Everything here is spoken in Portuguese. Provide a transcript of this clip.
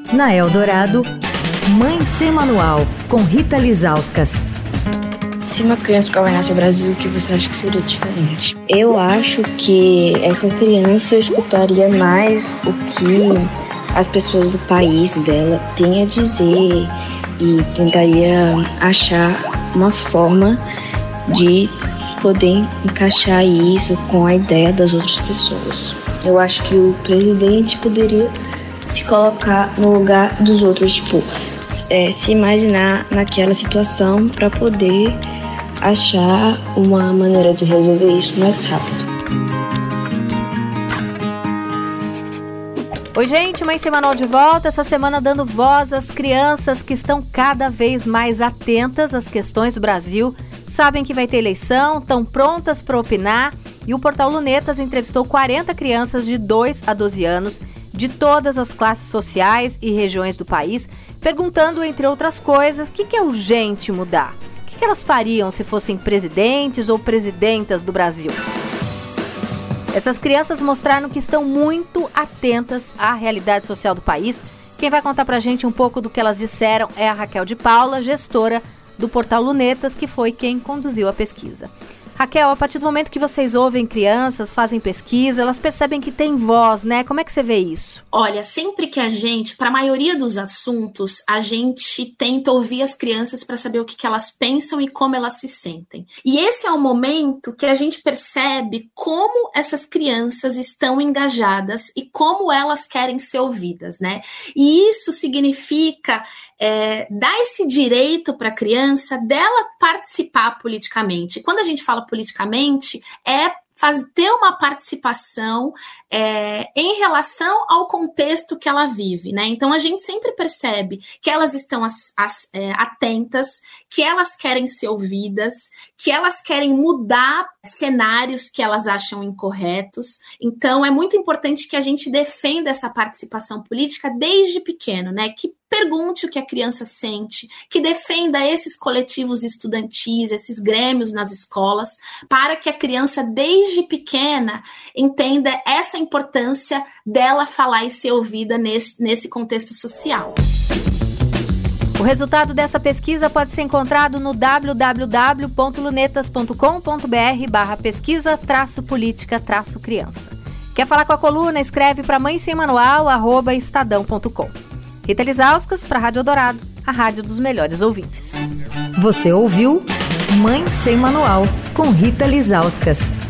Na Eldorado, Mãe Sem Manual, com Rita Lizauskas. Se uma criança governasse o Brasil, o que você acha que seria diferente? Eu acho que essa criança escutaria mais o que as pessoas do país dela têm a dizer e tentaria achar uma forma de poder encaixar isso com a ideia das outras pessoas. Eu acho que o presidente poderia se colocar no lugar dos outros, se imaginar naquela situação para poder achar uma maneira de resolver isso mais rápido. Oi, gente, Mãe Sem Manual de volta, essa semana dando voz às crianças que estão cada vez mais atentas às questões do Brasil, sabem que vai ter eleição, estão prontas para opinar, e o Portal Lunetas entrevistou 40 crianças de 2 a 12 anos, de todas as classes sociais e regiões do país, perguntando, entre outras coisas, o que é urgente mudar? O que elas fariam se fossem presidentes ou presidentas do Brasil? Essas crianças mostraram que estão muito atentas à realidade social do país. Quem vai contar pra gente um pouco do que elas disseram é a Raquel de Paula, gestora do Portal Lunetas, que foi quem conduziu a pesquisa. Raquel, a partir do momento que vocês ouvem crianças, fazem pesquisa, elas percebem que tem voz, né? Como é que você vê isso? Olha, sempre que para a maioria dos assuntos, a gente tenta ouvir as crianças para saber o que elas pensam e como elas se sentem. E esse é o momento que a gente percebe como essas crianças estão engajadas e como elas querem ser ouvidas, né? E isso significa dar esse direito para a criança dela participar politicamente. Quando a gente fala politicamente, ter uma participação em relação ao contexto que ela vive, né? Então, a gente sempre percebe que elas estão atentas, que elas querem ser ouvidas, que elas querem mudar cenários que elas acham incorretos. Então, é muito importante que a gente defenda essa participação política desde pequeno, né? Que pergunte o que a criança sente, que defenda esses coletivos estudantis, esses grêmios nas escolas, para que a criança, desde pequena, entenda essa importância dela falar e ser ouvida nesse contexto social. O resultado dessa pesquisa pode ser encontrado no www.lunetas.com.br/pesquisa-política-criança. Quer falar com a coluna? Escreve para mãesemmanual@estadão.com. Rita Lizauskas para a Rádio Eldorado, a rádio dos melhores ouvintes. Você ouviu Mãe Sem Manual, com Rita Lizauskas.